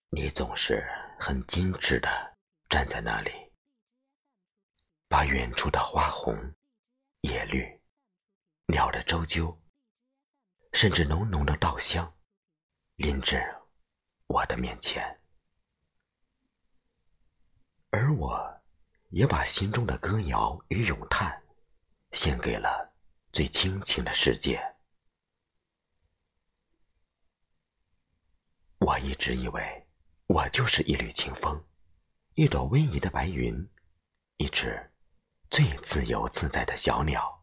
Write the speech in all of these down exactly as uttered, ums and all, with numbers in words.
你总是很精致地站在那里，把远处的花红、叶绿、鸟的啁啾，甚至浓浓的稻香拎至我的面前，而我也把心中的歌谣与咏叹献给了最清清的世界。我一直以为我就是一缕清风，一朵逶迤的白云，一只最自由自在的小鸟。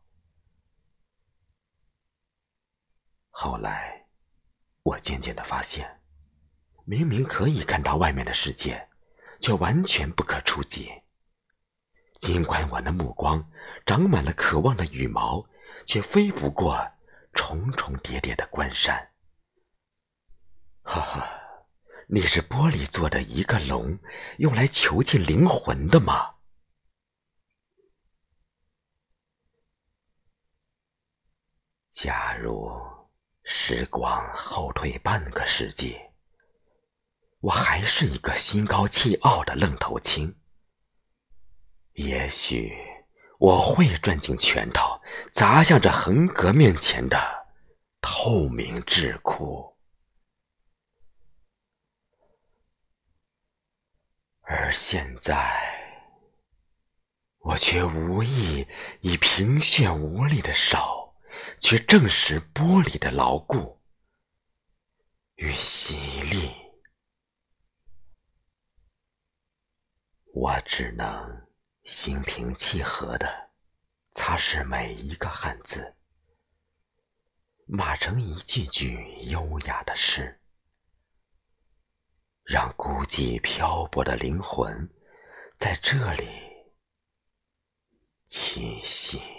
后来我渐渐地发现，明明可以看到外面的世界，却完全不可触及。尽管我的目光长满了渴望的羽毛，却飞不过重重叠叠的关山。哈哈，你是玻璃做的一个笼，用来囚禁灵魂的吗？假如时光后退半个世纪，我还是一个心高气傲的愣头青，也许我会攥紧拳头，砸向这横格面前的透明智库。而现在，我却无意以平眩无力的手去证实玻璃的牢固与犀利。我只能心平气和地擦拭每一个汉字，码成一句句优雅的诗，让孤寂漂泊的灵魂在这里栖息。